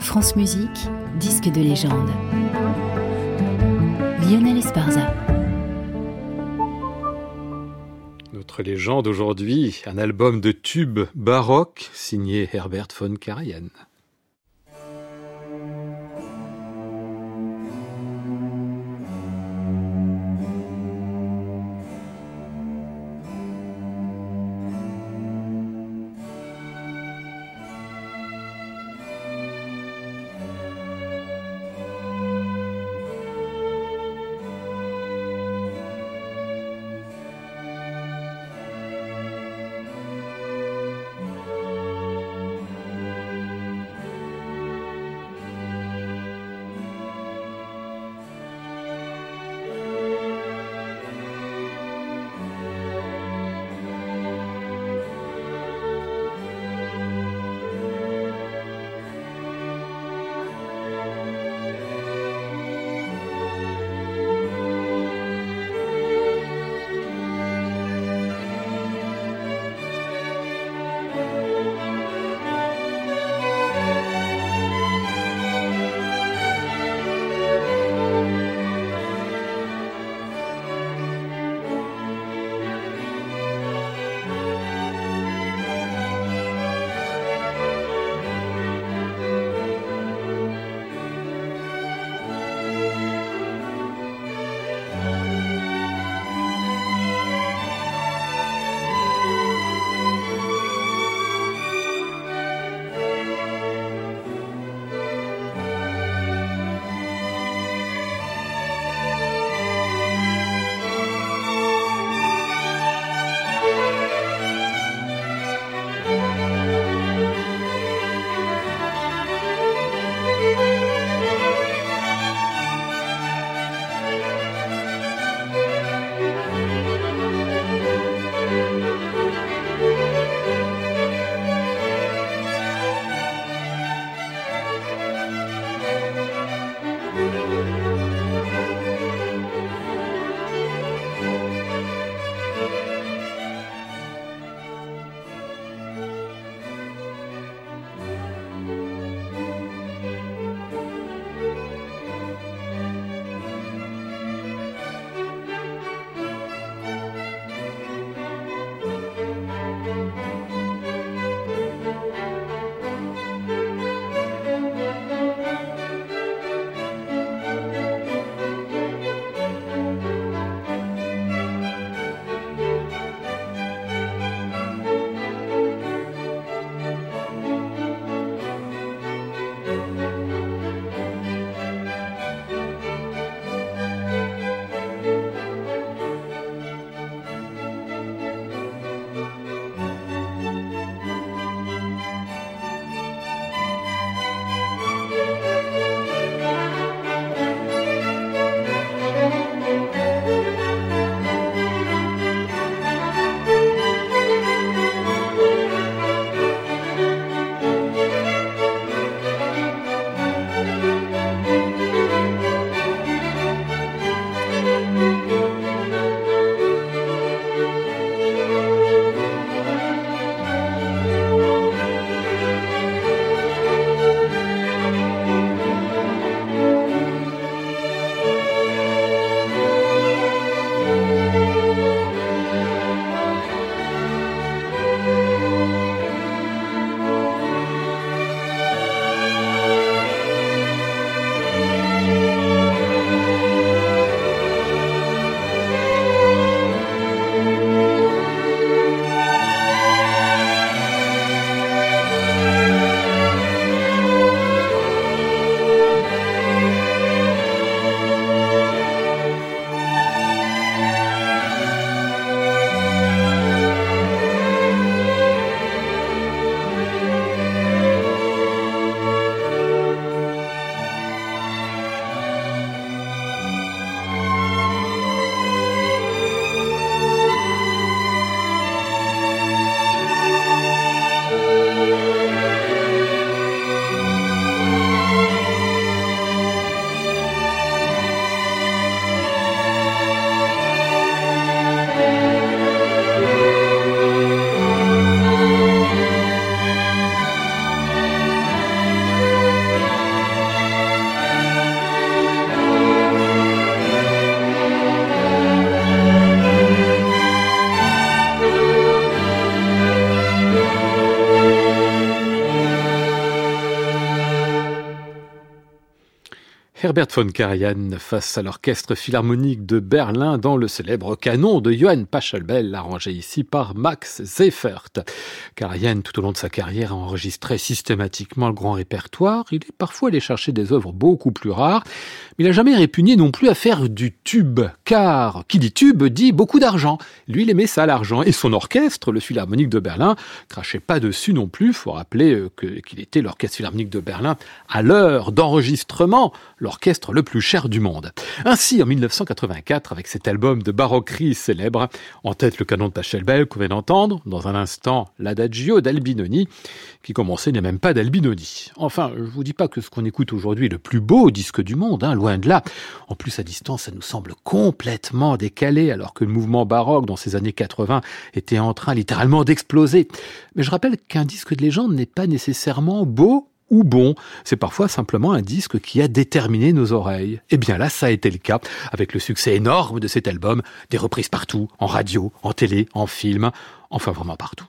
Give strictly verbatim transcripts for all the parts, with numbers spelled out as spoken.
France Musique, disque de légende. Lionel Esparza. Notre légende aujourd'hui, un album de tubes baroques signé Herbert von Karajan. Herbert von Karajan face à l'orchestre philharmonique de Berlin dans le célèbre canon de Johann Pachelbel, arrangé ici par Max Seifert. Karajan, tout au long de sa carrière, a enregistré systématiquement le grand répertoire. Il est parfois allé chercher des œuvres beaucoup plus rares, mais il n'a jamais répugné non plus à faire du tube, car qui dit tube dit beaucoup d'argent. Lui, il aimait ça, l'argent, et son orchestre, le Philharmonique de Berlin, crachait pas dessus non plus. Il faut rappeler que, qu'il était l'orchestre philharmonique de Berlin à l'heure d'enregistrement, l'orchestre le plus cher du monde. Ainsi, en mille neuf cent quatre-vingt-quatre, avec cet album de barockerie célèbre, en tête le canon de Pachelbel qu'on vient d'entendre, dans un instant l'Adagio d'Albinoni, qui commençait n'est même pas d'Albinoni. Enfin, je vous dis pas que ce qu'on écoute aujourd'hui est le plus beau disque du monde, hein, loin de là. En plus, à distance, ça nous semble complètement décalé, alors que le mouvement baroque dans ces années quatre-vingts était en train littéralement d'exploser. Mais je rappelle qu'un disque de légende n'est pas nécessairement beau ou bon, c'est parfois simplement un disque qui a déterminé nos oreilles. Et bien là, ça a été le cas, avec le succès énorme de cet album, des reprises partout, en radio, en télé, en film, enfin vraiment partout.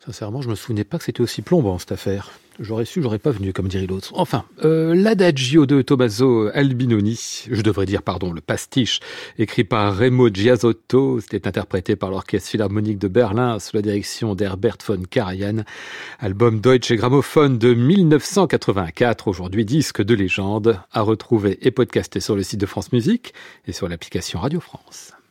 Sincèrement, je me souvenais pas que c'était aussi plombant, cette affaire. J'aurais su, j'aurais pas venu, comme dirait l'autre. Enfin, euh, l'Adagio de Tommaso Albinoni, je devrais dire, pardon, le pastiche, écrit par Remo Giasotto, c'était interprété par l'Orchestre Philharmonique de Berlin sous la direction d'Herbert von Karajan. Album Deutsche Grammophon de mille neuf cent quatre-vingt-quatre, aujourd'hui disque de légende, à retrouver et podcasté sur le site de France Musique et sur l'application Radio France.